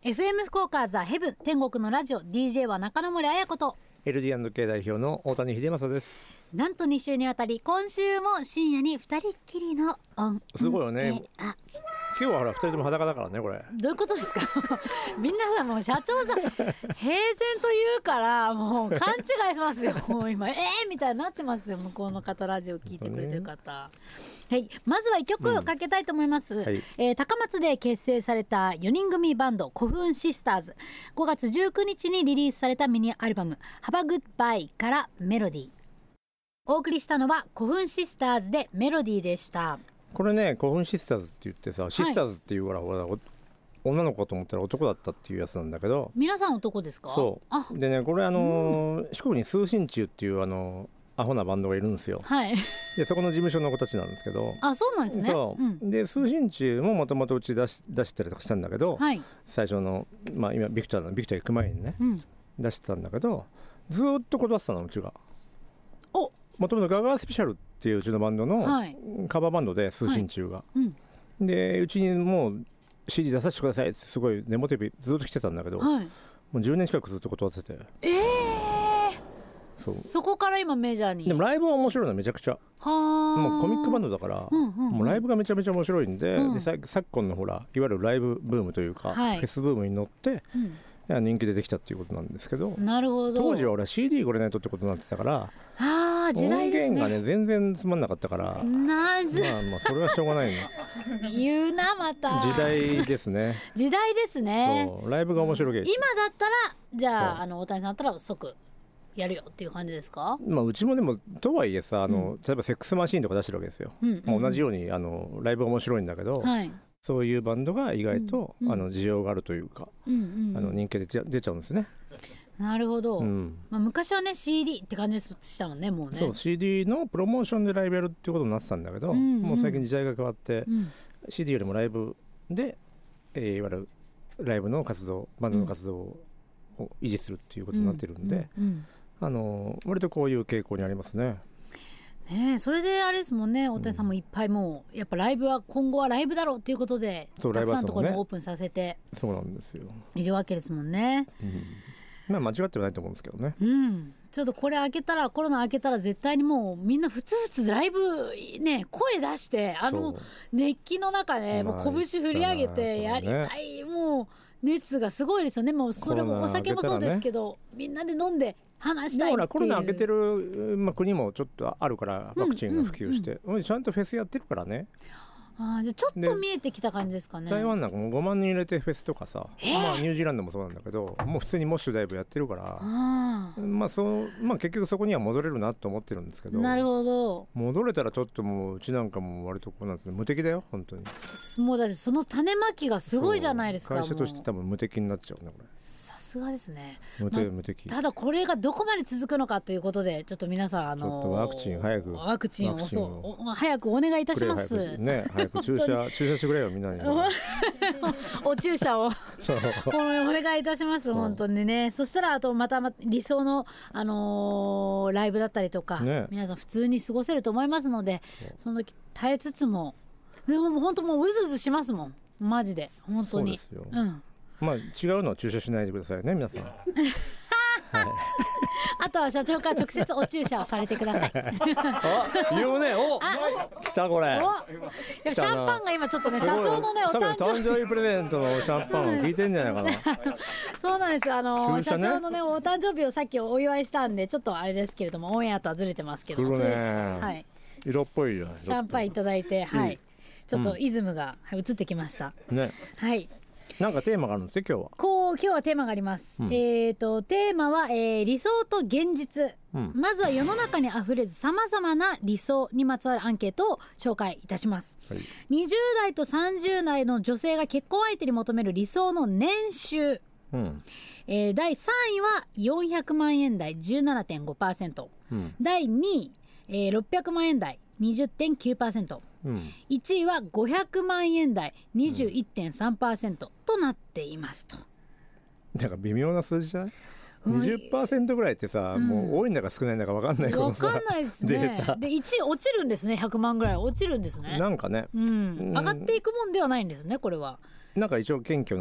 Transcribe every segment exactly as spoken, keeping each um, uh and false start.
エフエム 福岡ザヘブン天国のラジオ ディージェー は中野森彩子とエルディーアンドケー 代表の大谷秀正です。 なんとに週にわたり今週も深夜にふたりっきりのオンすごいよね。あ今日はほらふたりとも裸だからね。これどういうことですか皆さんもう社長さん平然と言うからもう勘違いしますよもう今えーみたいになってますよ向こうの方、ラジオ聞いてくれてる方、はい、まずはいっきょくかけたいと思います、うんはいえー、高松で結成されたよにん組バンド古墳シスターズ、ごがつじゅうくにちにリリースされたミニアルバムハバグッバイからメロディー。お送りしたのは古墳シスターズでメロディーでした。これね古墳シスターズって言ってさ、はい、シスターズっていうからほら女の子と思ったら男だったっていうやつなんだけど、 皆さん男ですか？ そうでねこれあのーうん、四国に通信中っていうあのーアホなバンドがいるんですよ、 はい、 でそこの事務所の子たちなんですけどあそうなんですね。 そう、うん、で通信中ももともとうち出し出したりとかしたんだけど、はい、最初の、まあ、今ビクターのビクター行く前にね、うん、出してたんだけどずっと断ってたのうちが。 おもともとガガースペシャルっていううちのバンドのカバーバンドで通信中が、はいうん、でうちにもう シーディー 出させてくださいってすごい根もてびずっと来てたんだけど、はい、もうじゅうねん近くずっと断っててえーそ, そこから今メジャーに。 でもライブは面白いのめちゃくちゃはもうコミックバンドだから、うんうんうん、もうライブがめちゃめちゃ面白いん で,、うん、で昨今のほらいわゆるライブブームというか、はい、フェスブームに乗って、うん、いや人気出てきたっていうことなんですけど、 なるほど。 当時は俺は シーディー これないとってことになってたからあ時代ですね、 音源がね全然つまんなかったからなんず、 まあ、まあそれはしょうがないね言うなまた時代ですね時代ですね。 そうライブが面白い。 今だったらじゃあ、 あの大谷さんだったら即やるよっていう感じですか？ まあ、うちもでもとはいえさあの、うん、例えばセックスマシーンとか出してるわけですよ、うんうんうん、同じようにあのライブが面白いんだけど、はい、そういうバンドが意外と、うんうん、あの需要があるというか、うんうんうん、あの人気で出ちゃうんですね。 なるほど、うんまあ、昔はね シーディー って感じでしたもんね。もうねそう シーディー のプロモーションでライブやるっていうことになってたんだけど、うんうん、もう最近時代が変わって、うん、シーディー よりもライブで、えー、いわゆるライブの活動バンドの活動を維持するっていうことになってるんで、うんうんうんあの割とこういう傾向にありますね。 ねえそれであれですもんね。大谷さんもいっぱいもうやっぱライブは今後はライブだろうっていうことでたくさんのところにオープンさせてそうなんですよいるわけですもんね、 うんまあ、間違ってはないと思うんですけどね、 うん、ちょっとこれ開けたらコロナ開けたら絶対にもうみんなふつふつライブね声出してあの熱気の中で、ね、もう拳振り上げてやりたい、もう熱がすごいですよね。もうそれもお酒もそうですけど、ね、みんなで飲んで話したいっていう。 ほらコロナ明けてる、まあ、国もちょっとあるからワクチンが普及して、うんうんうん、ちゃんとフェスやってるからね。 あじゃあちょっと見えてきた感じですかね。 台湾なんかもごまんにん入れてフェスとかさ、まあ、ニュージーランドもそうなんだけどもう普通にモッシュダイブやってるからあ、まあそうまあ、結局そこには戻れるなと思ってるんですけど。 なるほど。 戻れたらちょっともううちなんかも割とこうなんて無敵だよ本当に。 もうだってその種まきがすごいじゃないですか。 会社として多分無敵になっちゃうねこれ。 さすがですね。 無敵、まあ、無敵。 ただこれがどこまで続くのかということでちょっと皆さんあのー、 ちょっとワクチン早くワクチンをそう早くお願いいたします。 早くね早く注射注射してくれよみんなにお注射をお願いいたします本当にね。そしたらあとまた理想の、あのー、ライブだったりとか、ね、皆さん普通に過ごせると思いますので そ, その時耐えつつもでも本当もううずうずしますもんマジで本当に。 そうですよ、うんまあ、違うのは注射しないでくださいね皆さんはい、 あとは社長から直接お注射をされてくださいあ言うねお来たこれおシャンパンが今ちょっとね社長のねお誕生日誕生日プレゼントのシャンパンを聞いてんじゃないかなそうなんですよあの、ね、社長のねお誕生日をさっきお祝いしたんでちょっとあれですけれどもオンエアとはずれてますけども、 ねはい、 色っぽいよシャンパンいただいて、はい、ちょっとイズムが、はい、移ってきましたね。 はいなんかテーマがあるんですね今日は。 こう今日はテーマがあります、うん、えーとテーマは、えー、理想と現実、うん、まずは世の中にあふれずさまざまな理想にまつわるアンケートを紹介いたします、はい、にじゅうだいとさんじゅうだいの女性が結婚相手に求める理想の年収、うんえー、だいさんいはよんひゃくまんえん台 じゅうななてんごパーセント、うん、だいにい、えー、ろっぴゃくまんえん台 にじゅってんきゅうパーセント、うん、いちいはごひゃくまんえん台 にじゅういってんさんパーセント となっていますと。 なんか微妙な数字じゃない？ にじゅっパーセント ぐらいってさ、うん、もう多いんだか少ないんだか分かんないこのさ分かんないですね。でいちい落ちるんですね。ひゃくまんぐらい落ちるんですね。 なんかね、 うん、上がっていくもんではないんですねこれは。 なんか一応謙虚な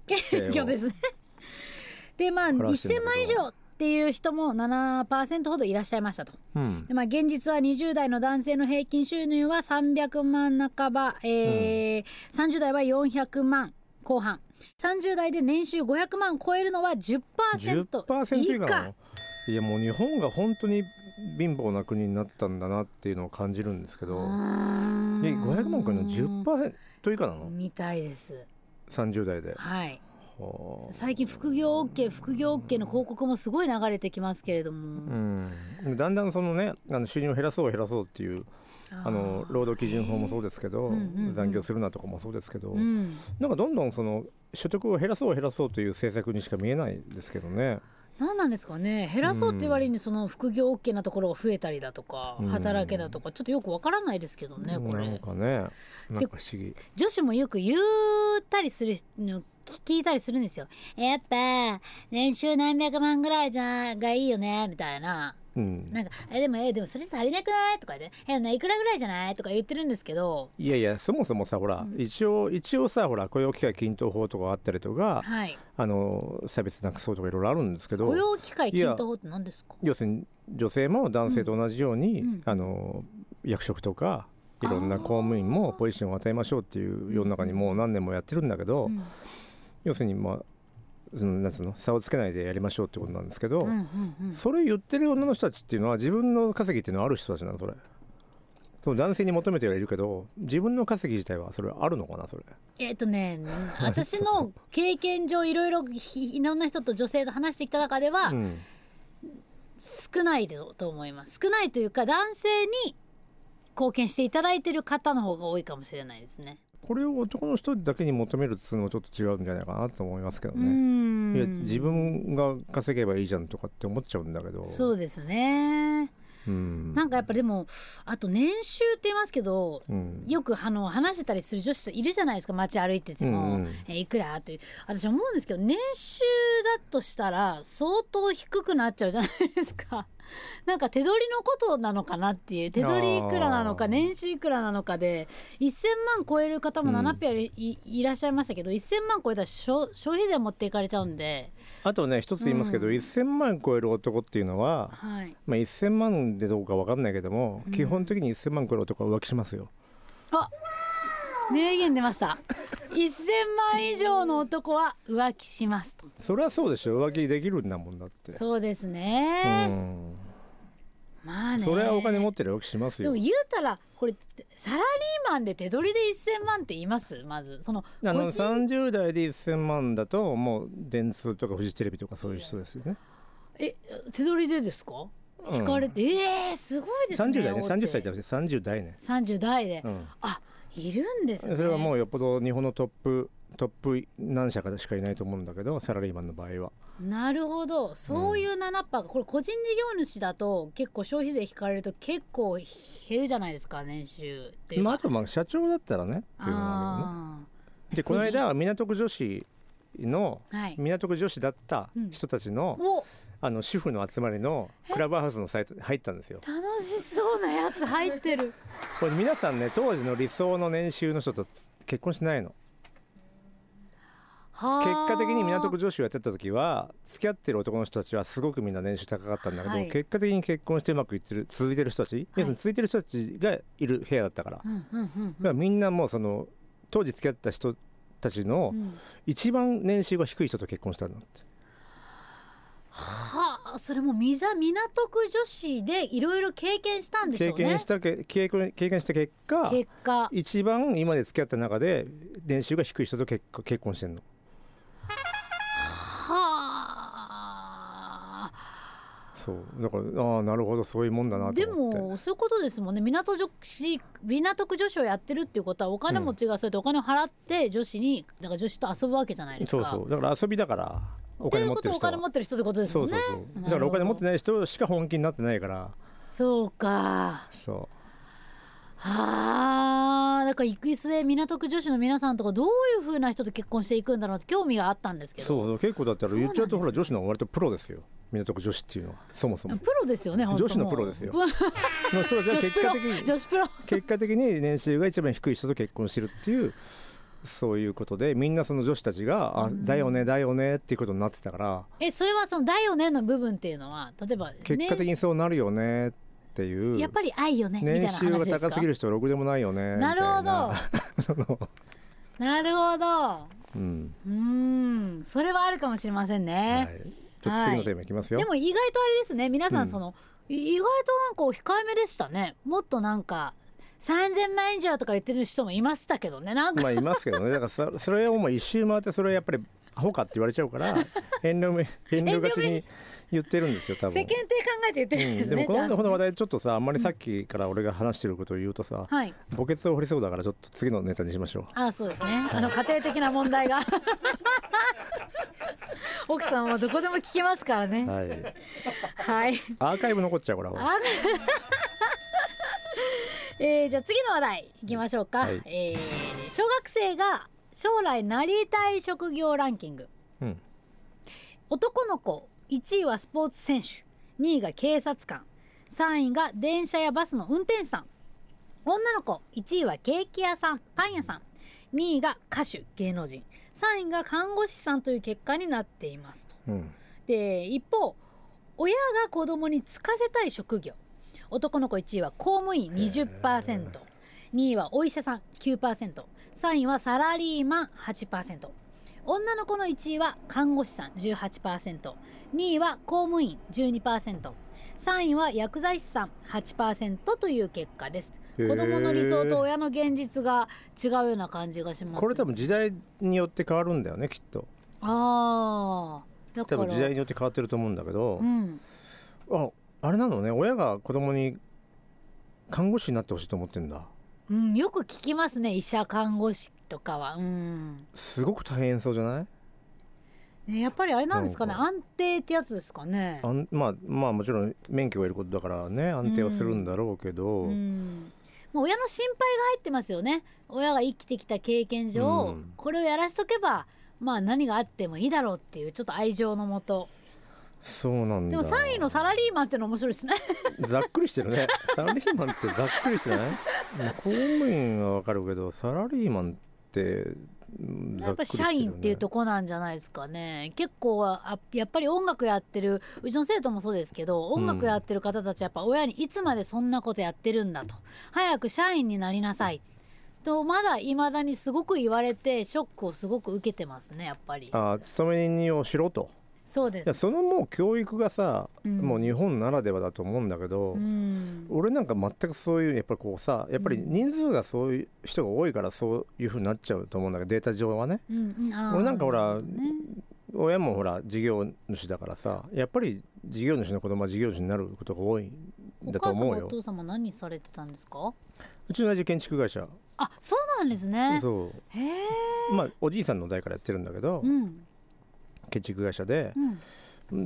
謙虚ですねでまあせんまん以上っていう人も ななパーセント ほどいらっしゃいましたと、うんでまあ、現実はにじゅう代の男性の平均収入はさんびゃくまん半ば、えーうん、さんじゅう代はよんひゃくまん後半、さんじゅう代で年収ごひゃくまん超えるのは じゅっパーセント 以下。 じゅっパーセント 以下なの？いやもう日本が本当に貧乏な国になったんだなっていうのを感じるんですけど、ごひゃくまん超えるの じゅっパーセント 以下なの？ みたいです。 さんじゅう代で。 はい。最近副業 OK 副業 OK の広告もすごい流れてきますけれども、 うん、だんだんそのねあの収入を減らそう減らそうっていうあの労働基準法もそうですけど、うんうんうん、残業するなとかもそうですけど、うん、なんかどんどんその所得を減らそう減らそうという政策にしか見えないですけどね。 何なんですかね、減らそうって言われにその副業 OK なところが増えたりだとか、うん、働けだとかちょっとよくわからないですけどね、これなんかね、なんか不思議。 女子もよく言ったりするの聞いたりするんですよ。やっぱ年収何百万ぐらいじゃがいいよねみたいな、うん、なんかえでもえでもそれ足りなくないとかでえいくらぐらいじゃないとか言ってるんですけど、 いやいやそもそもさほら、うん、一応一応さほら雇用機会均等法とかあったりとか、はい、あの差別なくそうとかいろいろあるんですけど、 雇用機会均等法って何ですか？ 要するに女性も男性と同じように、うん、あの役職とかいろんな公務員もポジションを与えましょうっていう世の中にもう何年もやってるんだけど、うん、要するにまあそのなんつうの差をつけないでやりましょうってことなんですけど、うんうんうん、それ言ってる女の人たちっていうのは自分の稼ぎっていうのはある人たちなの？それその男性に求めてはいるけど自分の稼ぎ自体はそれあるのかな？それえっとね私の経験上いろいろいろんな人と女性と話してきた中では、うん、少ないと思います。少ないというか男性に貢献していただいている方の方が多いかもしれないですね。 これを男の人だけに求めるっていうのもちょっと違うんじゃないかなと思いますけどね。いや自分が稼げばいいじゃんとかって思っちゃうんだけど。 そうですね。うんなんかやっぱでもあと年収って言いますけど、うん、よくあの話してたりする女子いるじゃないですか。街歩いてても、うんうんえいくらって私思うんですけど、年収だとしたら相当低くなっちゃうじゃないですか。なんか手取りのことなのかなっていう、手取りいくらなのか年収いくらなのかでせんまん超える方もななペア い,、うん、い, いらっしゃいましたけど、せんまん超えたら消費税持っていかれちゃうんで。 あとね一つ言いますけど、うん、せんまん超える男っていうのは、はいまあ、せんまんでどうか分かんないけども、うん、基本的にせんまん超える男は浮気しますよ。 あ名言出ましたせんまん以上の男は浮気しますと。 それはそうでしょ、浮気できるんだもんだって。 そうですね、うんまあね、 それはお金持ってる浮気しますよ。 でも言うたらこれサラリーマンで手取りでせんまんって言います？まずそのあのさんじゅう代でせんまんだともう電通とかフジテレビとかそういう人ですよね。 え手取りでですか？引かれて、うん、えー、すごいですね。 さんじゅう代ね、さんじゅっさいじゃなくてさんじゅう代ね。 さんじゅう代で、うん、あいるんですね。 それはもうよっぽど日本のトップトップ何社かしかいないと思うんだけど、サラリーマンの場合は。 なるほど、そういう ななパーセント が、うん、これ個人事業主だと結構消費税引かれると結構減るじゃないですか、年収っていう。 まあ、あとまあ社長だったらねっていうのがあるよね。でこの間港区女子の、はい、港区女子だった人たちの、うん、あの主婦の集まりのクラブハウスのサイトに入ったんですよ。 楽しそうなやつ入ってるこれ皆さんね、当時の理想の年収の人と結婚しないの。結果的に港区女子をやってた時は付き合ってる男の人たちはすごくみんな年収高かったんだけど、はい、結果的に結婚してうまくいってる続いてる人たち、要するに続いてる人たちがいる部屋だったから、うんうんうんうん、だからみんなもうその当時付き合った人たちの一番年収が低い人と結婚したのって、 はあ、それも港区女子でいろいろ経験したんでしょうね。 経験したけ経験経験した結果、結果一番今まで付き合った中で年収が低い人と結結婚してんの。はあ、そうだから、ああなるほどそういうもんだなと思って。 でもそういうことですもんね。港女子港区女子をやってるっていうことはお金持ちがそうやってお金を払って女子にだから女子と遊ぶわけじゃないですか。 そうそう、だから遊びだからお金持ってる人は。 お金持ってる人ってことですもんね。 そうそうそう、だからお金持ってない人しか本気になってないから。 そうか。 そうはあ、だから行く末港区女子の皆さんとかどういう風な人と結婚していくんだろうって興味があったんですけど。 そうそう、結構だったら言っちゃうとほら女子の割とプロですよ、港区女子っていうのは。そもそもプロですよね、本当。 女子のプロですよそうじゃあ結果的に女子プロ結果的に年収が一番低い人と結婚してるっていうそういうことでみんなその女子たちが、あ、だよねだよねっていうことになってたから。 えそれはそのだよねの部分っていうのは例えば、ね、 結果的にそうなるよねっていう、 やっぱり愛よねみたいな話ですか。 年収が高すぎる人はろくでもないよねみたいな。 なるほどなるほど、うん、うーんそれはあるかもしれませんね、 はい、ちょっと次のテーマいきますよ、 はい、でも意外とあれですね皆さんその、うん、意外となんか控えめでしたね。もっとなんかさんぜんまん以上とか言ってる人もいましたけどね。なんかまあいますけどね。だから そ, それをもう一周回ってそれはやっぱりアホかって言われちゃうから遠慮遠慮がちに言ってるんですよ多分。 世間体考えて言ってるんですね、 うん、でもこのこの話題ちょっとさあんまりさっきから俺が話してることを言うとさ、うん、墓穴を掘りそうだからちょっと次のネタにしましょう。 ああそうですね、あの家庭的な問題が奥さんはどこでも聞けますからね。 はい、 はい、 アーカイブ残っちゃうからえー、じゃあ次の話題いきましょうか、はい、えー、小学生が将来なりたい職業ランキング、うん、男の子いちいはスポーツ選手、にいが警察官、さんいが電車やバスの運転手さん、女の子いちいはケーキ屋さん、パン屋さん、にいが歌手芸能人、さんいが看護師さんという結果になっていますと、うん、で一方親が子供に就かせたい職業、男の子いちいは公務員 にじゅっパーセント、にいはお医者さん きゅうパーセント、さんいはサラリーマン はちパーセント、女の子のいちいは看護師さん じゅうはちパーセント、にいは公務員 じゅうにパーセント、さんいは薬剤師さん はちパーセント という結果です。子供の理想と親の現実が違うような感じがします。 これ多分時代によって変わるんだよねきっと。 ああ、だから多分時代によって変わってると思うんだけど、うん、ああれなのね、親が子供に看護師になってほしいと思ってんだ、 うん、よく聞きますね、医者看護師とかは、うん、 すごく大変そうじゃない、 ね、やっぱりあれなんですかね、安定ってやつですかね。 あん、まあ、まあもちろん免許がいることだからね安定はするんだろうけど、うんうん、 もう親の心配が入ってますよね。親が生きてきた経験上、うん、これをやらしとけばまあ何があってもいいだろうっていうちょっと愛情のもと。 そうなんだ。 でもさんいのサラリーマンっての面白いですねざっくりしてるねサラリーマンってざっくりしてない公務員はわかるけどサラリーマンってやっぱり社員っていうとこなんじゃないですかね。結構あやっぱり音楽やってるうちの生徒もそうですけど、音楽やってる方たちやっぱ親にいつまでそんなことやってるんだと、早く社員になりなさいとまだいまだにすごく言われてショックをすごく受けてますね。やっぱりあ勤め人をしろと。 そうです。 いやそのもう教育がさ、うん、もう日本ならではだと思うんだけど、うん、俺なんか全くそういうやっぱりこうさやっぱり人数がそういう人が多いからそういう風になっちゃうと思うんだけどデータ上はね、うんうん、俺なんかほら、ね、親もほら事業主だからさやっぱり事業主の子供は事業主になることが多いんだと思うよ。 お母様お父様何されてたんですか？ うちの親父建築会社。 あ、そうなんですね。 そう。へー。まあおじいさんの代からやってるんだけど、うん建築会社で、うん、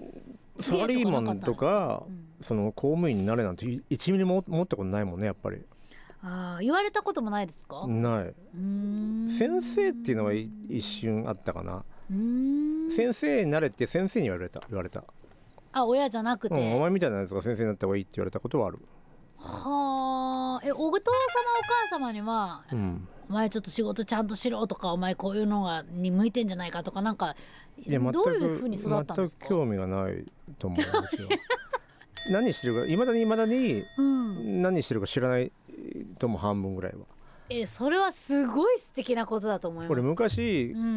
サラリーマンとか、うん、その公務員になれなんていちミリも思ったことないもんねやっぱり。 あ言われたこともないですか？ ない。うーん先生っていうのは一瞬あったかな。うーん先生になれって先生に言われた言われた。 あ親じゃなくて、うん、 お前みたいなやつが先生になった方がいいって言われたことはある。 はあ。えお父様お母様には、うん、お前ちょっと仕事ちゃんとしろとかお前こういうのがに向いてんじゃないかとかなんかいやどういうふうに育ったんですか？ 全く興味がないと思う何してるかいまだにいまだに何してるか知らないとも半分ぐらいは。 えそれはすごい素敵なことだと思います。 俺昔、うん、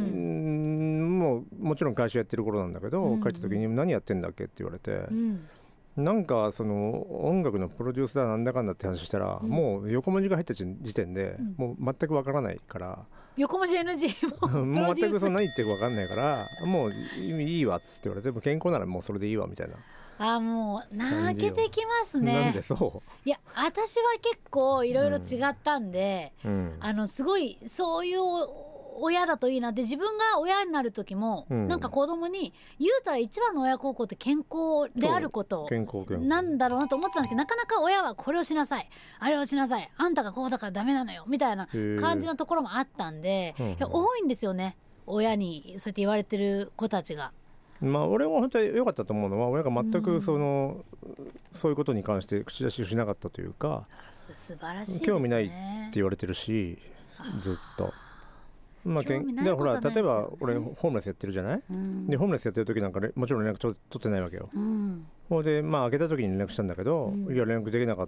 もうもちろん会社やってる頃なんだけど、うん、帰った時に何やってんだっけって言われて、うん、なんかその音楽のプロデュースだなんだかんだって話したら、うん、もう横文字が入った時点で、うん、もう全くわからないから横文字 エヌジー ももう全くそんな何言ってるか分かんないからもういいわっつって言われても健康ならもうそれでいいわみたいな。 あもう泣けてきますね。 なんでそういや私は結構いろいろ違ったんで、うん、あのすごいそういう親だといいなって自分が親になる時も、うん、なんか子供に言うたら一番の親孝行って健康であることなんだろうなと思ってたんですけどなかなか親はこれをしなさいあれをしなさいあんたがこうだからダメなのよみたいな感じのところもあったんで、いや多いんですよね親にそうやって言われてる子たちが。 まあ俺も本当に良かったと思うのは親が全くその、うん、そういうことに関して口出しをしなかったというかそれ素晴らしいですね。 興味ないって言われてるしずっとまあ、興味ないことはないですけどね。だからほら例えば俺ホームレスやってるじゃない、うん、でホームレスやってる時なんかもちろん連絡取ってないわけよ、うん、でまあ開けた時に連絡したんだけど、うん、いや連絡できなかった、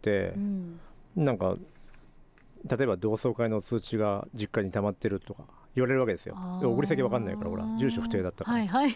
うん、なんか例えば同窓会の通知が実家に溜まってるとか言われるわけですよ。送り先分かんないからほら住所不定だったから、はいはい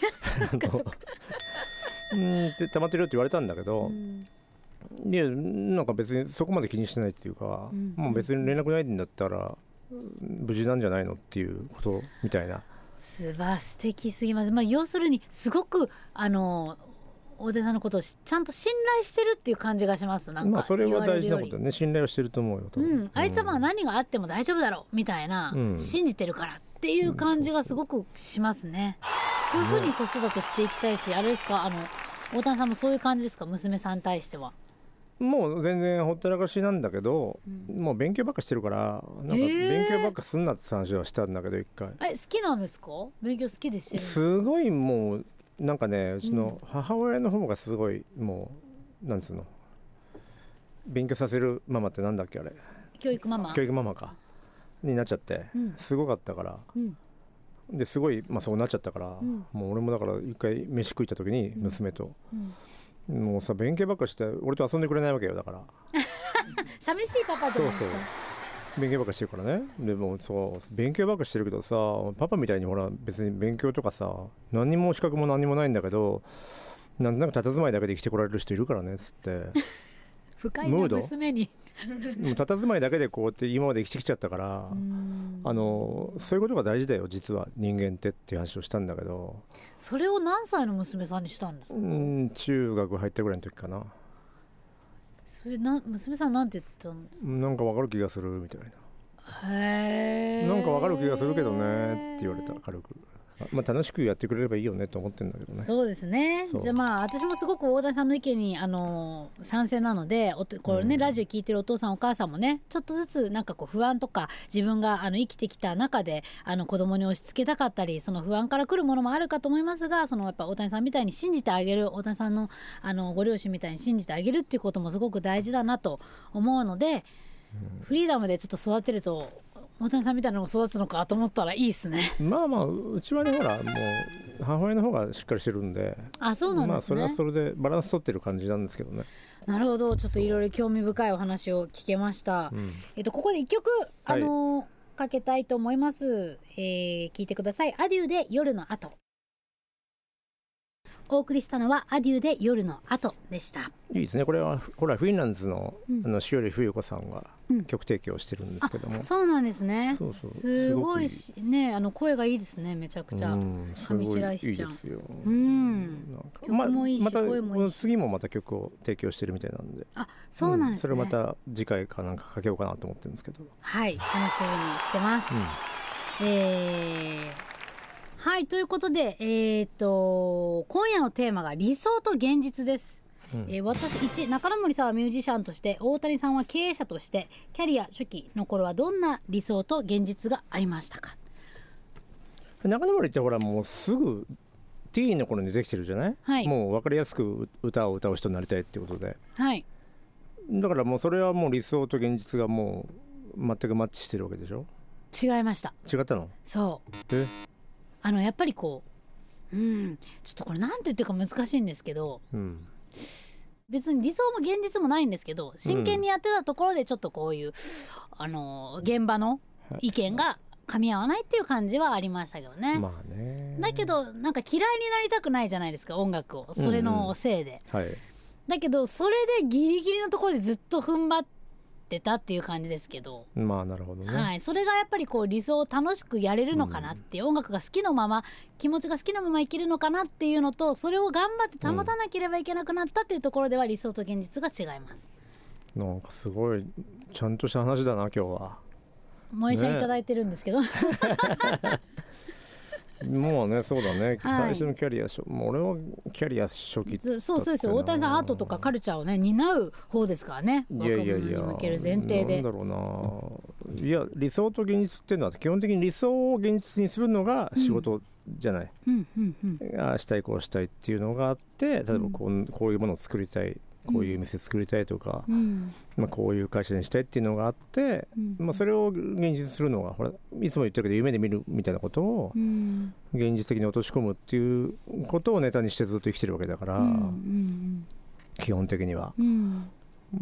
うんって溜まってるって言われたんだけど、うん、いやなんか別にそこまで気にしてないっていうか、うん、もう別に連絡ないんだったら無事なんじゃないのっていうことみたいな。 素晴ら素敵すぎます、まあ、要するにすごくあの大手さんのことをちゃんと信頼してるっていう感じがします。なんかまあそれは大事なことだね。信頼をしてると思うよ、 うん、あいつはまあ何があっても大丈夫だろうみたいな、うん、信じてるからっていう感じがすごくしますね、うん、そういうふうに子育てしていきたいし、あれですか、あの大谷さんもそういう感じですか、娘さんに対しては。 もう全然ほったらかしなんだけど、うん、もう勉強ばっかしてるからなんか勉強ばっかすんなって話はしたんだけど一回、 えー、好きなんですか、勉強好きでしてるんですか。 すごいもうなんかねうちの母親の方がすごいもうなんつうの勉強させるママってなんだっけあれ、 教育ママ教育ママかになっちゃって、うん、すごかったから、うん、ですごい、まあ、そうなっちゃったから、うん、もう俺もだから一回飯食いた時に娘と、うん、もうさ勉強ばっかして俺と遊んでくれないわけよ。だから寂しいパパじゃないですか。そうそう勉強ばっかしてるからね。でもそう勉強ばっかしてるけどさパパみたいにほら別に勉強とかさ何にも資格も何にもないんだけどなんとなく佇まいだけで生きてこられる人いるからねっつって深いな娘にもう佇まいだけでこうやって今まで生きてきちゃったからあのそういうことが大事だよ実は人間ってっていう話をしたんだけど。 それを何歳の娘さんにしたんですか。 うん中学入ったぐらいの時かな。 それな娘さんなんて言ったんですか。 なんか分かる気がするみたいな。 へーなんか分かる気がするけどねって言われた軽く。まあ、楽しくやってくれればいいよねと思ってるんだけどね。 そうですね。じゃあまあ私もすごく大谷さんの意見にあの賛成なのでおこれね、うん、ラジオ聞いてるお父さんお母さんもねちょっとずつなんかこう不安とか自分があの生きてきた中であの子供に押し付けたかったりその不安から来るものもあるかと思いますがそのやっぱ大谷さんみたいに信じてあげる大谷さんの、あのご両親みたいに信じてあげるっていうこともすごく大事だなと思うので、うん、フリーダムでちょっと育てると大谷さんみたいなのも育つのかと思ったらいいですね。 まあまあうちはねほらもう母親の方がしっかりしてるんであそうなんですね。 まあそれはそれでバランス取ってる感じなんですけどね。 なるほどちょっといろいろ興味深いお話を聞けました、うんえっと、ここでいっきょく、あのーはい、かけたいと思います、えー、聞いてください。アデューで夜の後。お送りしたのはアデューで夜の後でした。 いいですねこれはほらフィンランズ の,、うん、あの塩入冬子さんが曲提供してるんですけども、うん、 そうなんですね。そうそうすごいしねあの声がいいですねめちゃくちゃ。上白石ちゃんいいですよ。うん曲もいいし、ま、声もいいし次もまた曲を提供してるみたいなんであそうなんですね、 うん、それまた次回かなんかかけようかなと思ってるんですけどはい楽しみにしてます、うん、えーはいということで、えー、と今夜のテーマが理想と現実です、うんえー、私いち中野森さんはミュージシャンとして大谷さんは経営者としてキャリア初期の頃はどんな理想と現実がありましたか。 中野森ってほらもうすぐティーンの頃にできてるじゃない、はい、もう分かりやすく歌を歌う人になりたいってことで、はい、だからもうそれはもう理想と現実がもう全くマッチしてるわけでしょ。 違いました。 違ったの。 そうえあのやっぱりこううんちょっとこれなんて言ってるか難しいんですけど、うん、別に理想も現実もないんですけど真剣にやってたところでちょっとこういう、うん、あの現場の意見が噛み合わないっていう感じはありましたけどね。まあねだけどなんか嫌いになりたくないじゃないですか音楽をそれのせいで、うんうんはい、だけどそれでギリギリのところでずっと踏ん張ってってたっていう感じですけどまあなるほどね、 はい、それがやっぱりこう理想を楽しくやれるのかなっていう、うん、音楽が好きのまま気持ちが好きなまま生きるのかなっていうのとそれを頑張って保たなければいけなくなったっていうところでは理想と現実が違います、 うん、なんかすごいちゃんとした話だな今日は。 もう一緒いただいてるんですけど、ねもうねそうだね、はい、最初のキャリア初もう俺はキャリア初期そうそうですよ。大谷さんアートとかカルチャーをね担う方ですからね。 いやいやいや向ける前提でなんだろうないや理想と現実っていうのは基本的に理想を現実にするのが仕事じゃない、うんうんうんうん、あしたいこうしたいっていうのがあって例えばこう、うん、こういうものを作りたいこういう店作りたいとか、 うんまあ、こういう会社にしたいっていうのがあって、うんまあ、それを現実するのがほらいつも言ってるけど夢で見るみたいなことを現実的に落とし込むっていうことをネタにしてずっと生きてるわけだから、うんうん、基本的には、うんうん、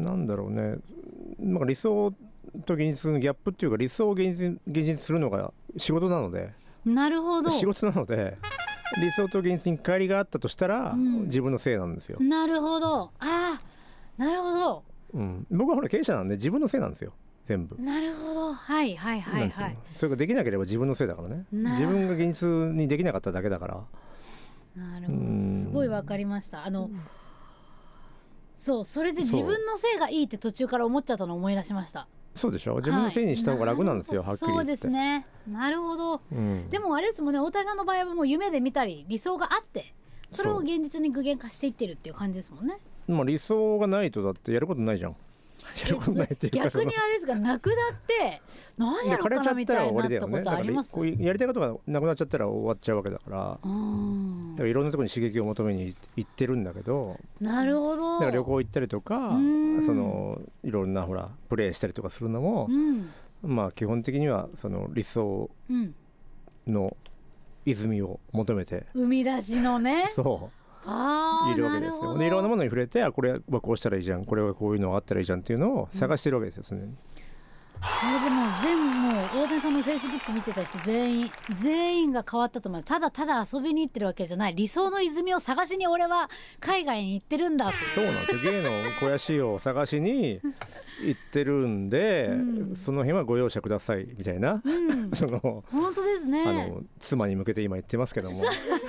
なんだろうね、なんか理想と現実のギャップっていうか理想を現実、現実するのが仕事なので、 なるほど、 仕事なので理想と現実に乖離があったとしたら、うん、自分のせいなんですよ。 なるほど、ああなるほど、 うん、僕はほら経営者なんで自分のせいなんですよ全部。 なるほど、はいはいはいはい。 それができなければ自分のせいだからね。自分が現実にできなかっただけだから。 なるほど、すごいわかりました。あの、うん、そうそれで自分のせいがいいって途中から思っちゃったのを思い出しました。 そうでしょ、自分のせいにした方が楽なんですよ、はい、はっきり言って。 そうですね、なるほど、うん、でもあれですもんね、大谷さんの場合はもう夢で見たり理想があってそれを現実に具現化していってるっていう感じですもんね。 まあ、理想がないとだってやることないじゃん。やることないっていうか、 逆にあれですがなくなって何やろうかなみたいなったことあります。 こういうやりたいことがなくなっちゃったら終わっちゃうわけだから、だからいろんなところに刺激を求めに行ってるんだけど。 なるほど。 だから旅行行ったりとか、そのいろんなほらプレーしたりとかするのも、うん、まあ基本的にはその理想の泉を求めて、 うん、生み出しのねそうあいるわけですよ。でいろんなものに触れて、あこれはこうしたらいいじゃん、これはこういうのがあったらいいじゃんっていうのを探してるわけですよ、常に。 これでもう全もう大谷さんのフェイスブック見てた人全員全員が変わったと思います。ただただ遊びに行ってるわけじゃない、理想の泉を探しに俺は海外に行ってるんだと。 そうなんですよ、芸の肥やしを探しに行ってるんで、うん、その辺はご容赦くださいみたいな、うん、その本当ですね、 あの妻に向けて今言ってますけども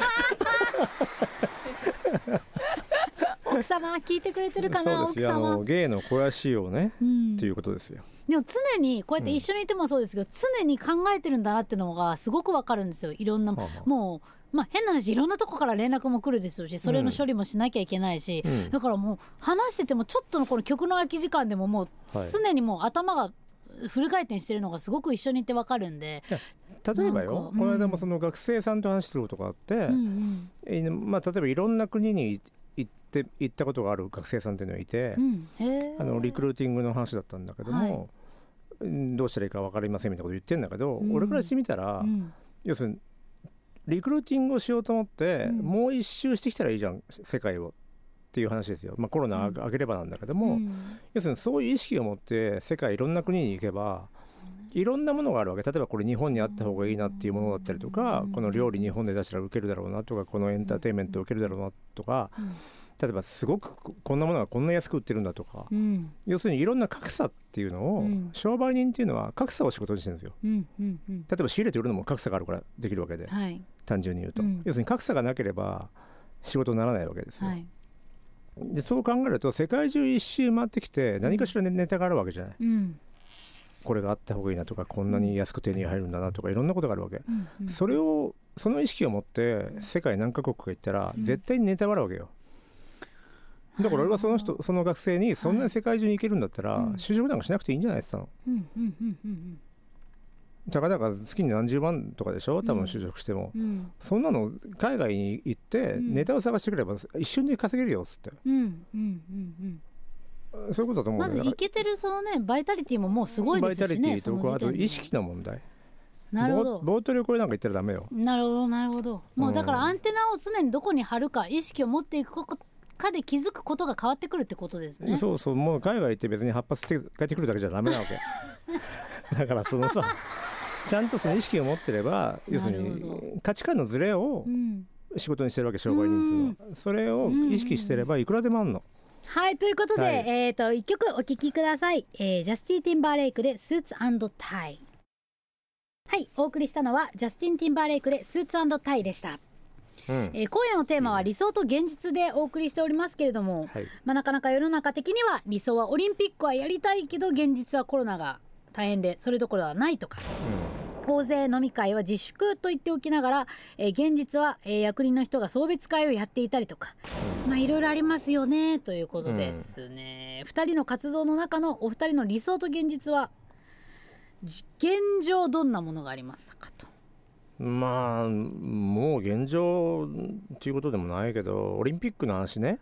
奥様聞いてくれてるかな。 そうですよ、 奥様、 あの芸の肥やしをね、うん、っていうことですよ。 でも常にこうやって一緒にいてもそうですけど、うん、常に考えてるんだなっていうのがすごくわかるんですよ。いろんな、はあはあ、もう、まあ、変な話いろんなとこから連絡も来るですし、それの処理もしなきゃいけないし、うん、だからもう話しててもちょっとのこの曲の空き時間でももう常にもう頭がフル回転してるのがすごく一緒にいてわかるんで。 例えばよ、うん、この間もその学生さんと話することがあって、うんうんまあ、例えばいろんな国に行って行ったことがある学生さんっていうのがいて、うん、あのリクルーティングの話だったんだけども、はい、どうしたらいいか分かりませんみたいなこと言ってるんだけど、うん、俺からしてみたら、うん、要するにリクルーティングをしようと思って、うん、もう一周してきたらいいじゃん世界をっていう話ですよ。まあ、コロナ明ければなんだけども、うん、要するにそういう意識を持って世界いろんな国に行けばいろんなものがあるわけ。例えばこれ日本にあった方がいいなっていうものだったりとか、この料理日本で出したらウケるだろうなとか、このエンターテインメントウケるだろうなとか、例えばすごくこんなものがこんな安く売ってるんだとか、要するにいろんな格差っていうのを、商売人っていうのは格差を仕事にしてるんですよ。例えば仕入れて売るのも格差があるからできるわけで、単純に言うと、要するに格差がなければ仕事にならないわけですよ。でそう考えると世界中一周回ってきて何かしらネタがあるわけじゃない、これがあった方がいいなとか、こんなに安く手に入るんだなとか、いろんなことがあるわけ、うんうん、それをその意識を持って世界何カ国か行ったら絶対にネタがあるわけよ。だから俺はその人その学生にそんなに世界中に行けるんだったら、はい、就職なんかしなくていいんじゃないですか、うんうんうんうん、たかだか月に何十万とかでしょ多分就職しても、うん、そんなの海外に行ってネタを探してくれば一瞬で稼げるよっつって、うんうんうんうんそういうことだと思うんだよ。 まずイケてるそのねバイタリティももうすごいですしね。 バイタリティとかあと意識の問題。 なるほど。 ボート旅行なんか行ったらダメよ。 なるほどなるほど。もうだからアンテナを常にどこに張るか意識を持っていくかで気づくことが変わってくるってことですね。 そうそう、もう海外行って別に葉っぱ吸って帰ってくるだけじゃダメなわけだからそのさちゃんとその意識を持ってれば要するに価値観のズレを仕事にしてるわけ、商売人数の。それを意識してればいくらでもあんの。 はいということで、はい、えー、といっきょくお聴きください、えー、ジャスティン・ティンバーレイクでスーツ&タイ。はいお送りしたのはジャスティン・ティンバーレイクでスーツ&タイでした、うんえー、今夜のテーマは理想と現実でお送りしておりますけれども、はいまあ、なかなか世の中的には理想はオリンピックはやりたいけど現実はコロナが大変でそれどころはないとか、うん、大勢飲み会は自粛と言っておきながら、えー、現実は、えー、役人の人が送別会をやっていたりとか、まあいろいろありますよねということですね、うん、ふたりの活動の中のお二人の理想と現実は現状どんなものがありますかと。 まあもう現状っていうことでもないけどオリンピックの話ね。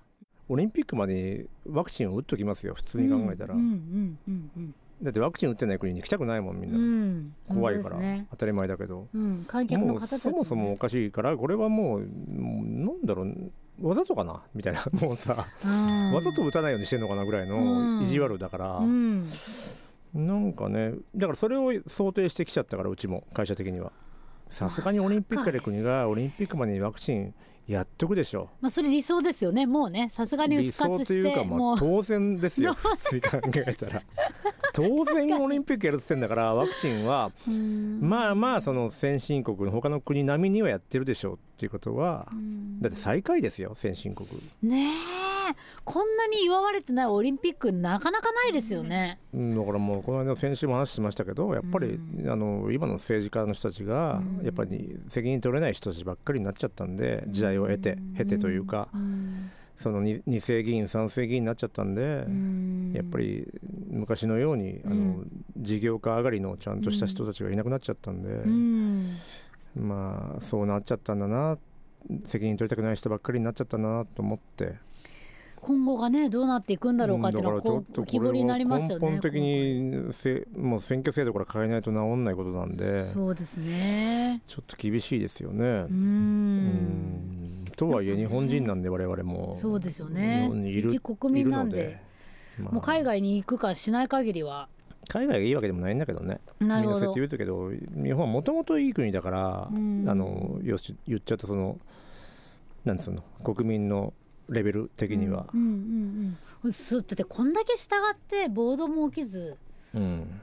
オリンピックまでワクチンを打っときますよ普通に考えたら、うんうんうんうん、だってワクチン打ってない国に行きたくないもんみんな、うん、怖いから、ね、当たり前だけど、 うん、観客の方たち、ね、 もうそもそもおかしいからこれはもうなんだろうわざとかなみたいなもうさ、うん、わざと打たないようにしてんのかなぐらいの意地悪だから、うんうん、なんかねだからそれを想定してきちゃったからうちも会社的にはさすがにオリンピックやる国がオリンピックまでにワクチンやっとくでしょう、 まあ、それ理想ですよねもうねさすがに復活して理想というか、まあ、 当然ですよ普通に考えたら当然オリンピックやるって言ってんだからワクチンはまあまあその先進国の他の国並みにはやってるでしょうっていうことはだって最下位ですよ先進国ねえこんなに祝われてないオリンピックなかなかないですよね、 うん、だからもうこの間先週も話しましたけどやっぱり、うん、あの今の政治家の人たちがやっぱり責任取れない人たちばっかりになっちゃったんで時代を経て経てというか、うん、そのに世議員さん世議員になっちゃったんで、うん、やっぱり昔のようにあの、うん、事業家上がりのちゃんとした人たちがいなくなっちゃったんで、うん、まあそうなっちゃったんだな責任取りたくない人ばっかりになっちゃったなと思って今後がねどうなっていくんだろうかっていうのはこう浮き彫りになりますよね。 根本的にせもう選挙制度から変えないと治んないことなんでそうですねちょっと厳しいですよね。うーんうんとはいえ日本人なんで我々もそうですよね一国民なんで、まあ、もう海外に行くかしない限りは海外がいいわけでもないんだけどねなるほどみんなそうやって言うとけど日本はもともといい国だからあのよし言っちゃったそのなんつうの国民のレベル的には、うんうんうんうん、そうだってこんだけ従って暴動も起きず、うん、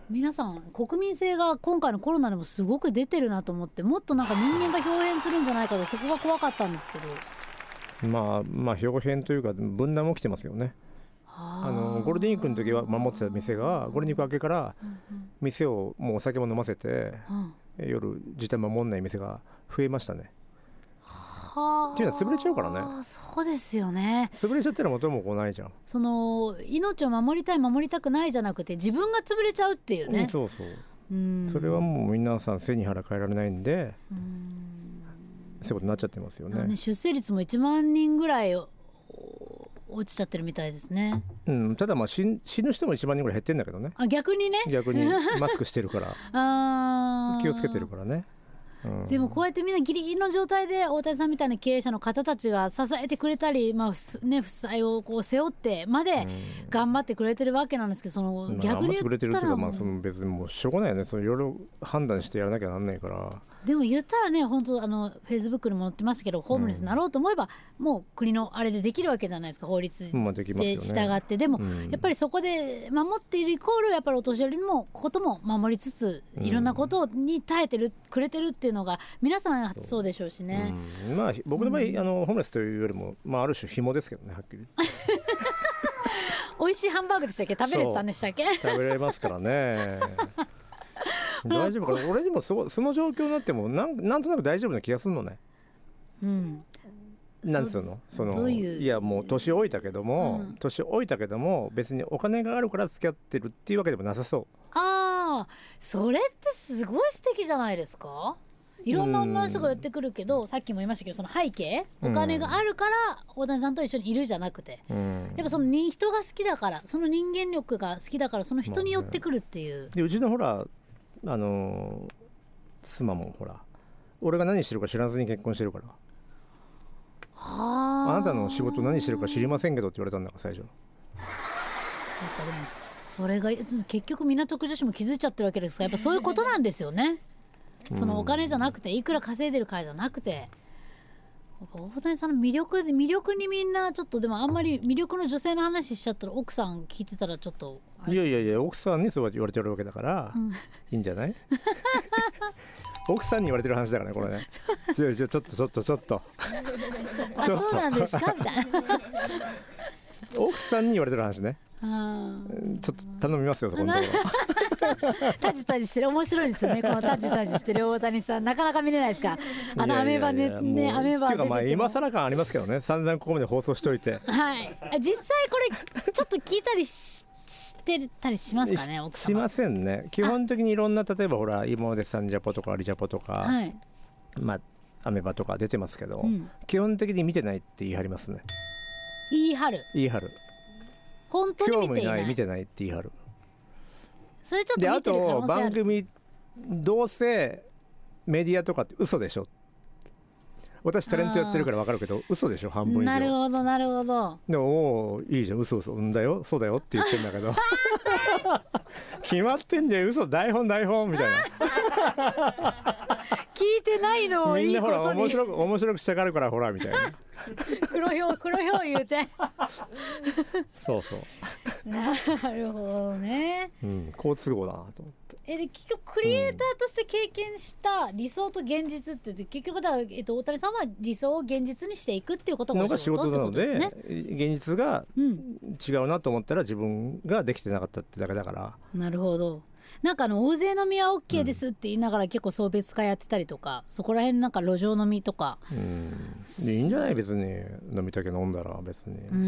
皆さん国民性が今回のコロナでもすごく出てるなと思ってもっとなんか人間が表変するんじゃないかとそこが怖かったんですけどまあまあ表変というか分断も起きてますよね。あのゴールデンウィークの時は守ってた店がゴールデンウィーク明けから店をもうお酒も飲ませて、うんうん、夜時短守んない店が増えましたね。っていうのは潰れちゃうからね。 そうですよね潰れちゃったら元も子もないじゃん。 その命を守りたい守りたくないじゃなくて自分が潰れちゃうっていうね、 うん、そうそううんそれはもう皆さん背に腹変えられないんでうんそういうことになっちゃってますよ ね, ね出生率もいちまんにんぐらい落ちちゃってるみたいですね、 うん、ただまあ 死, 死ぬ人もいちまんにんぐらい減ってんだけどね。 あ逆にね逆にマスクしてるからあ気をつけてるからね。うん、 でもこうやってみんなギリギリの状態で大谷さんみたいな経営者の方たちが支えてくれたり、まあね、負債をこう背負ってまで頑張ってくれてるわけなんですけどその逆に言ったら、まあ、頑張ってくれてるっていうか、まあ、その別にもうしょうがないよね。そのいろいろ判断してやらなきゃなんないから。 でも言ったらね本当あのフェイスブックにも載ってますけどホームレスになろうと思えば、うん、もう国のあれでできるわけじゃないですか法律で従って、まあででも、うん、やっぱりそこで守っているイコールやっぱりお年寄りのことも守りつついろんなことに耐えてるくれてるっていうのが皆さんそうでしょうしね、 うん、まあ僕の場合、うん、あのホームレスというよりも、まあ、ある種紐ですけどねはっきり美味しいハンバーグでしたっけ食べれてたんでしたっけ食べれますからね大丈夫かな俺にも そ, その状況になってもな ん, なんとなく大丈夫な気がするのね。うんなんつうのそのどういういやもう年老いたけども、うん、年老いたけども別にお金があるから付き合ってるっていうわけでもなさそう。 ああそれってすごい素敵じゃないですか。いろんな女の人が寄ってくるけど、うん、さっきも言いましたけどその背景お金があるから大谷さんと一緒にいるじゃなくて、うん、やっぱその人が好きだからその人間力が好きだからその人に寄ってくるっていう、まあね、 でうちのほらあのー、妻もほら俺が何してるか知らずに結婚してるからあなたの仕事何してるか知りませんけどって言われたんだから最初。やっぱでもそれが結局港区女子も気づいちゃってるわけですからやっぱそういうことなんですよねそのお金じゃなくていくら稼いでるからじゃなくて大谷さんの魅力で魅力にみんなちょっとでもあんまり魅力の女性の話しちゃったら奥さん聞いてたらちょっといやいやいや奥さんにそう言われてるわけだから、うん、いいんじゃない奥さんに言われてる話だからねこれねちょちょちょっとちょっとちょっとあそうなんですかみたいな奥さんに言われてる話ねあちょっと頼みますよそこのところタジタジしてる面白いですよねこのタジタジしてる大谷さんなかなか見れないですかあのアメーバねねアメーバっていうかまあ今更感ありますけどね散々ここまで放送しといてはい実際これちょっと聞いたりししてたりしますかね奥様しませんね基本的にいろんな例えばほら今までサンジャポとかリジャポとか、はい、まあアメバとか出てますけど、うん、基本的に見てないって言い張りますね言い張る言い張る本当に見ていない興味ない見てないって言い張る。 それちょっと見てる可能性ある。 であと番組どうせメディアとかって嘘でしょ。私タレントやってるから分かるけど嘘でしょ半分以上。 なるほどなるほど。 でもおいいじゃん嘘嘘うんだよそうだよって言ってんだけど決まってんじゃん嘘台本台本みたいな聞いてないのをいいことにみんなほら面白く面白くしたがるからほらみたいな黒ひょう黒ひょう言うてそうそうなるほどね、 うん、好都合だなと思って。 えで結局クリエイターとして経験した理想と現実って言って、うん、結局だから、えっと、大谷さんは理想を現実にしていくっていうことが仕事ってことですね。 のが仕事なので現実が違うなと思ったら自分ができてなかったってだけだから。 なるほど。なんかあの大勢飲みは OK ですって言いながら結構送別会やってたりとか、うん、そこら辺なんか路上飲みとか、 うん、いいんじゃない別に飲みたけ飲んだら別に、うん、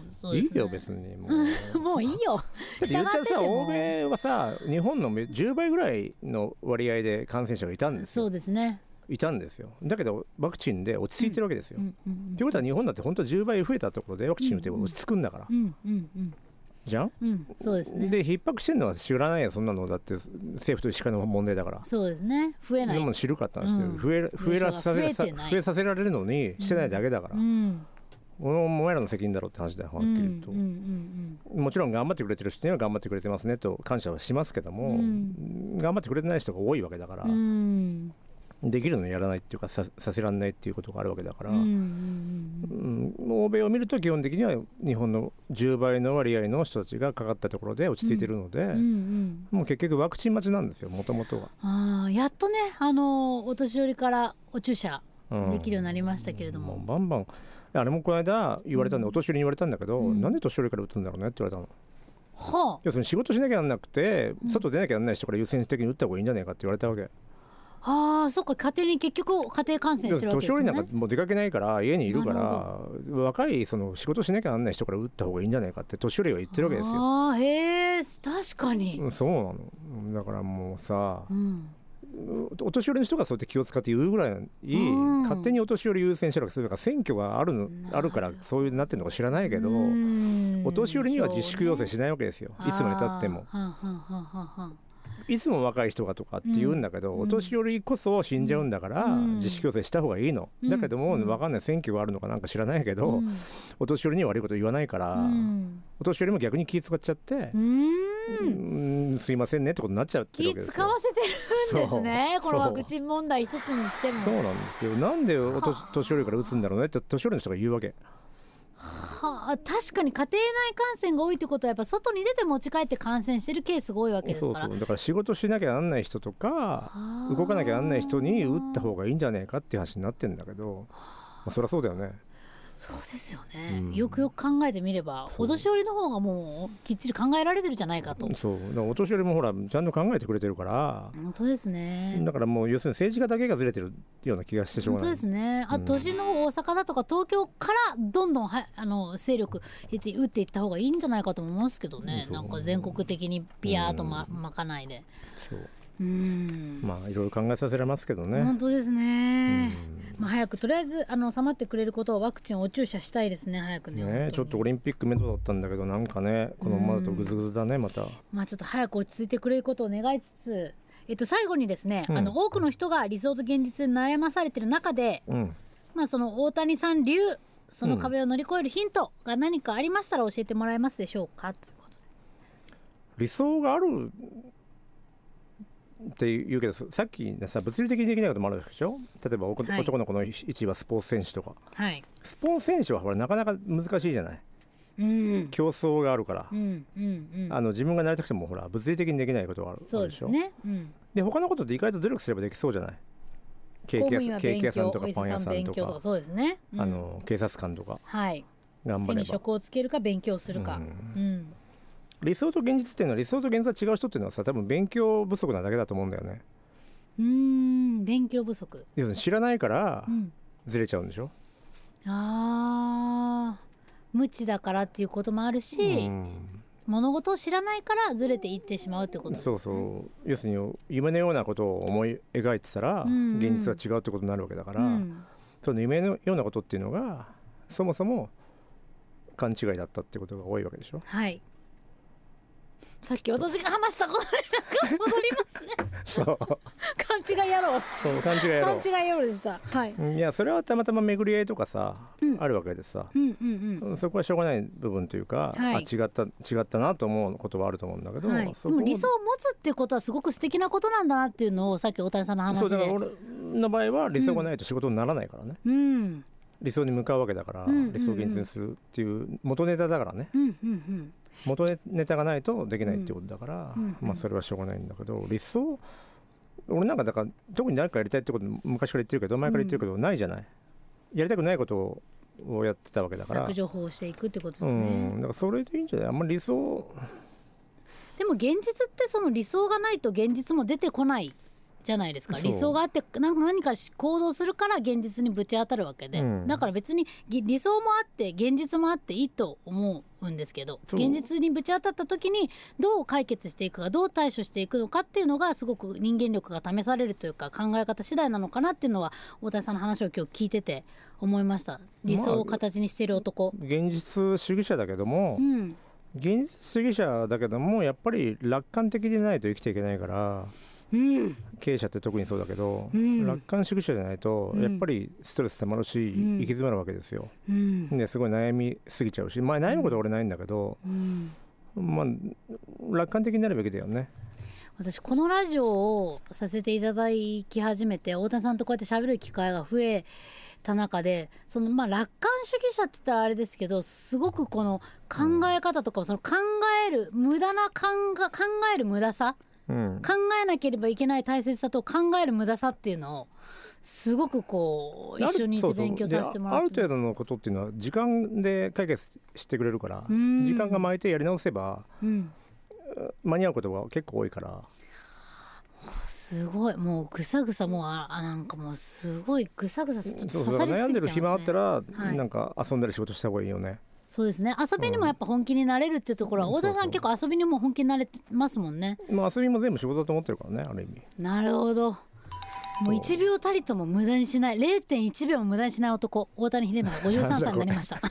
そうですね、いいよ別にもうもういいよ。 だって言っちゃうさ欧米はさ日本のじゅうばいぐらいの割合で感染者がいたんですよ。 そうですねいたんですよ。だけどワクチンで落ち着いてるわけですよ、うんうんうんうん、ということは日本だって本当じゅうばい増えたところでワクチン打てば落ち着くんだから、うんうんうんじゃん、 うん、そうですね。 で逼迫してるのは知らないよそんなの。だって政府と医師会の問題だから。 そうですね増えないでも知るかったんですけど、うん、増え増えらさせ増えさせられるのにしてないだけだから、うんうん、お前らの責任だろうって話だよはっきり言うと、うんうんうんうん、もちろん頑張ってくれてる人には頑張ってくれてますねと感謝はしますけども、うん、頑張ってくれてない人が多いわけだから、うん、できるのにやらないっていうか さ, させられないっていうことがあるわけだから、うんうんうん、欧米を見ると基本的には日本のじゅうばいの割合の人たちがかかったところで落ち着いているので、うんうんうん、もう結局ワクチン待ちなんですよもともとは。 あやっとねあのお年寄りからお注射できるようになりましたけれども、うん、もうバンバンあれもこの間言われたんで、うん、お年寄りに言われたんだけど、うん、なんで年寄りから打つんだろうねって言われたの。はあ、要するに仕事しなきゃならなくて、うん、外出なきゃならない人から優先的に打った方がいいんじゃないかって言われたわけ。 ああそっか家庭に結局家庭感染してるわけですよね。 年寄りなんかもう出かけないから家にいるから若いその仕事しなきゃならない人から打った方がいいんじゃないかって年寄りは言ってるわけですよ。 あへえ確かにそうなの。だからもうさ、うん、お年寄りの人がそうやって気を使って言うぐらいいい、うん、勝手にお年寄り優先してるわけ。それから選挙があるのあるからそういうなってるのか知らないけど、お年寄りには自粛要請しないわけですよいつまでたっても。はんはんはんはんはんいつも若い人がとかって言うんだけど、うん、お年寄りこそ死んじゃうんだから、うん、自粛要請した方がいいの、うん、だけども、うん、分かんない選挙があるのかなんか知らないけど、うん、お年寄りには悪いこと言わないから、うん、お年寄りも逆に気使っちゃって、うん、すいませんねってことになっちゃってるわけですよ。 気使わせてるんですねこのワクチン問題一つにしても。 そうなんですよ。なんでお年寄りから打つんだろうねって年寄りの人が言うわけ。 はあ、確かに家庭内感染が多いってことはやっぱ外に出て持ち帰って感染してるケースが多いわけですから。 そうそうだから仕事しなきゃなんない人とか動かなきゃなんない人に打った方がいいんじゃないかっていう話になってるんだけど、まあ、そりゃそうだよね。 そうですよね、うん、よくよく考えてみればお年寄りの方がもうきっちり考えられてるじゃないかと。 そうだからお年寄りもほらちゃんと考えてくれてるから本当ですね。 だからもう要するに政治家だけがずれてるような気がしてしょうがない。 本当ですね。あ、うん、都市の大阪だとか東京からどんどんはあの勢力打っていった方がいいんじゃないかと思いますけどね。なんか全国的にピヤーと ま,、うん、まかないでそううんまあいろいろ考えさせられますけどね。 本当ですね、まあ、早くとりあえずあの収まってくれることをワクチンをお注射したいですね早く ね, ねちょっとオリンピック目処だったんだけどなんかねこのままだとグズグズだねまた。 まあちょっと早く落ち着いてくれることを願いつつ、えっと、最後にですね、うん、あの多くの人が理想と現実に悩まされている中で、うんまあ、その大谷さん流その壁を乗り越えるヒントが何かありましたら教えてもらえますでしょうかということで。 理想があるって言うけどさっきさ物理的にできないこともあるでしょ。例えば、はい、男の子の位置はスポーツ選手とか、はい、スポーツ選手はほらなかなか難しいじゃない、うん、競争があるから、うんうんうん、あの自分がなりたくてもほら物理的にできないことがあるでしょ。そうですね、うん、で他のことって意外と努力すればできそうじゃない。ケーキ屋さん、ケーキ屋さんとかパン屋さんとか、 そうですね、うん、 あの警察官とか、 はい、 頑張れば手に職をつけるか勉強するか、うんうん理想と現実っていうのは理想と現実が違う人っていうのはさ多分勉強不足なだけだと思うんだよね。 うーん勉強不足要するに知らないからずれちゃうんでしょ、 うん、あ無知だからっていうこともあるし、うん、物事を知らないからずれていってしまうってことですね。 そうそう要するに夢のようなことを思い描いてたら、うんうん、現実が違うってことになるわけだから、うん、その夢のようなことっていうのがそもそも勘違いだったってことが多いわけでしょ。 はい。さっき私が話したことになんか戻りますねそう勘違い野郎そう勘違い野郎勘違い野郎でした。はい。 いやそれはたまたま巡り合いとかさ、うん、あるわけでさ、 うんうんうん、 そこはしょうがない部分というか、はい、あ違った違ったなと思うことはあると思うんだけど、はい、 でも理想を持つっていうことはすごく素敵なことなんだなっていうのをさっき大谷さんの話で。 そうだから俺の場合は理想がないと仕事にならないからね、うん、理想に向かうわけだから、うんうんうん、理想を現実にするっていう元ネタだからね、うんうんうん、元ネタがないとできないってことだから、うんうんうん、まあそれはしょうがないんだけど、理想俺なんかだから特に何かやりたいってこと昔から言ってるけど前から言ってるけど、うん、ないじゃない。やりたくないことをやってたわけだから削除法をしていくってことですね、 うん、だからそれでいいんじゃない。あんまり理想でも現実ってその理想がないと現実も出てこないじゃないですか。理想があって何か行動するから現実にぶち当たるわけで、うん、だから別に理想もあって現実もあっていいと思うんですけど、現実にぶち当たった時にどう解決していくかどう対処していくのかっていうのがすごく人間力が試されるというか考え方次第なのかなっていうのは大谷さんの話を今日聞いてて思いました。理想を形にしている男、 まあ、現実主義者だけども、うん、現実主義者だけどもやっぱり楽観的でないと生きていけないから、うん、経営者って特にそうだけど、うん、楽観主義者じゃないとやっぱりストレス溜まるし、うん、行き詰まるわけですよ、うん、ですごい悩みすぎちゃうし、まあ、悩むことは俺ないんだけど、うんまあ、楽観的になるべきだよね。 私このラジオをさせていただき始めて大谷さんとこうやって喋る機会が増えた中でそのまあ楽観主義者って言ったらあれですけどすごくこの考え方とかその考える無駄な考え、考える無駄さうん、考えなければいけない大切さと考える無駄さっていうのをすごくこう一緒にいて勉強させてもらって、 ある程度のことっていうのは時間で解決してくれるから時間が巻いてやり直せば、うん、間に合うことが結構多いからすごいもうぐさぐさもうあなんかもうすごいぐさぐさちょっと刺さりすぎちゃいますね。 悩んでる暇あったら、はい、なんか遊んだり仕事した方がいいよね。 そうですね。遊びにもやっぱ本気になれるっていうところは、うん、大田さん結構遊びにも本気になれてますもんね。 まあ、遊びも全部仕事だと思ってるからねある意味。 なるほど。もういちびょうたりとも無駄にしない れいてんいちびょうも無駄にしない男大谷秀長ごじゅうさんさいになりました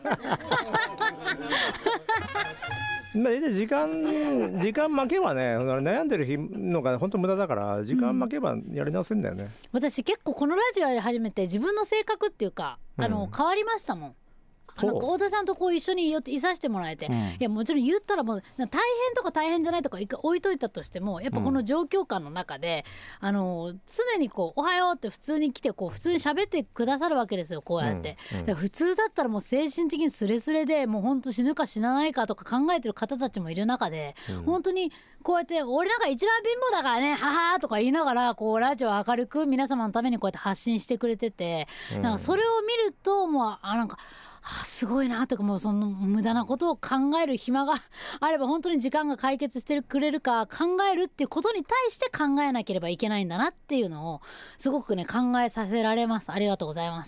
まあ、時間時間負けばね悩んでるのが本当無駄だから時間負けばやり直せんだよね、うん、 私結構このラジオやり始めて自分の性格っていうかあの、うん、変わりましたもん。あの大田さんとこう一緒にいさせてもらえて、うん、いやもちろん言ったらもう大変とか大変じゃないとか一回置いといたとしてもやっぱこの状況下の中で、うん、あの常にこうおはようって普通に来てこう普通に喋ってくださるわけですよこうやって、うんうん、普通だったらもう精神的にスレスレでもう本当死ぬか死なないかとか考えてる方たちもいる中で、うん、本当にこうやって俺なんか一番貧乏だからねははーとか言いながらこうラジオを明るく皆様のためにこうやって発信してくれてて、うん、なんかそれを見るともうあなんかあすごいなとかもうその無駄なことを考える暇があれば本当に時間が解決してくれるか考えるっていうことに対して考えなければいけないんだなっていうのをすごくね考えさせられます。ありがとうございます。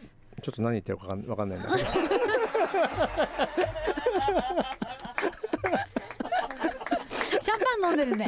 ちょっと何言ってるか分かんないんだけどシャンパン飲んでるね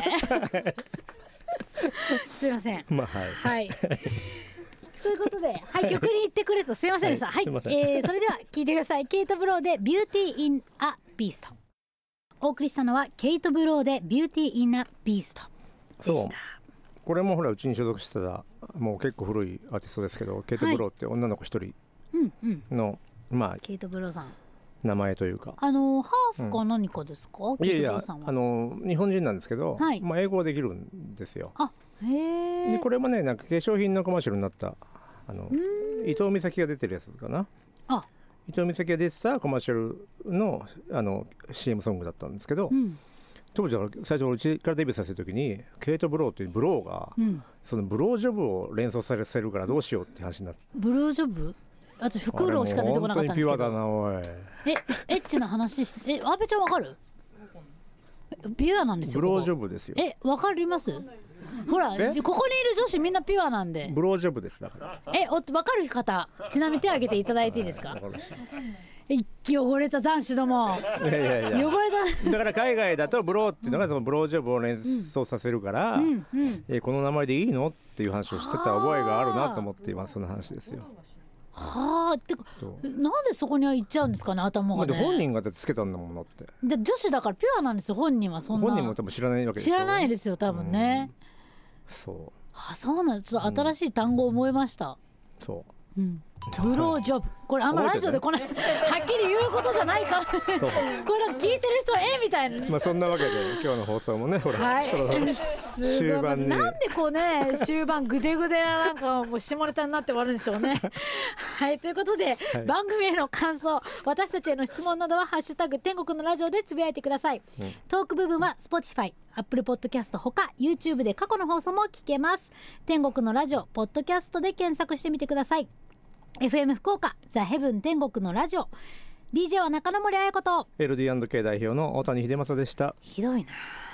すいません、 まあ、はい、 はいということで、はい、曲に行ってくれとすいませんでした。はい、はい、えー、それでは聴いてください。ケイト・ブローでビューティー・イン・ア・ビースト。お送りしたのはケイト・ブローでビューティー・イン・ア・ビーストでした。 これもほらうちに所属してたもう結構古いアーティストですけど、ケイト・ブローって女の子一人の、はいうんうん、まあケイト・ブローさん名前というかあのハーフか何かですか、うん、ケイト・ブローさんは。 いやいやあの日本人なんですけど、はいまあ、英語はできるんですよ。あへでこれもねなんか化粧品のコマーシャルになったあの伊藤美咲が出てるやつかな。あ伊藤美咲が出てたコマーシャル の, あの シーエム ソングだったんですけど、うん、当時は最初うちからデビューさせるときにケイト・ブローっていうブローが、うん、そのブロージョブを連想させるからどうしようって話になって。 ブロージョブ私フクロウしか出てこなかったんですけど。 本当にピュアだなおい。 えエッチな話してえ阿部ちゃんわかる？ピュアなんですよ。 ブロージョブですよ。 えわかります？ほらここにいる女子みんなピュアなんでブロージョブですだから。 えお分かる方ちなみに手挙げていただいていいですか？汚れた男子ども。いやいやいや汚れただから海外だとブローっていうのがそのブロージョブを連想させるから、うんうんうん、えこの名前でいいのっていう話をしてた覚えがあるなと思って今その話ですよ。 はあ、ってかなんでそこには行っちゃうんですかね、頭がね。 本人がつけたんだもんなって。 で女子だからピュアなんですよ、本人は。そんな本人も多分知らないわけでしょ。 知らないですよ多分ね。 そう。 あ、そうなんです。ちょっと新しい単語を覚えました。 うん、そう。 うん、ブロージョブ、これあんまラジオでこれ、ね、はっきり言うことじゃないかこれ聞いてる人えみたいな、ね、 まあそんなわけで今日の放送もね、ほら、はい、終盤になんでこうね終盤グデグデな、なんかもう下ネタになって終わるんでしょうねはい、ということで、はい、番組への感想、私たちへの質問などはハッシュタグ天国のラジオでつぶやいてください、うん、トーク部分は Spotify、Apple Podcast ほか YouTube で過去の放送も聞けます。天国のラジオポッドキャストで検索してみてください。エフエム 福岡ザ・ヘブン天国のラジオ、 ディージェー は中野森彩子とエルディーアンドケー 代表の大谷秀正でした。 ひどいな。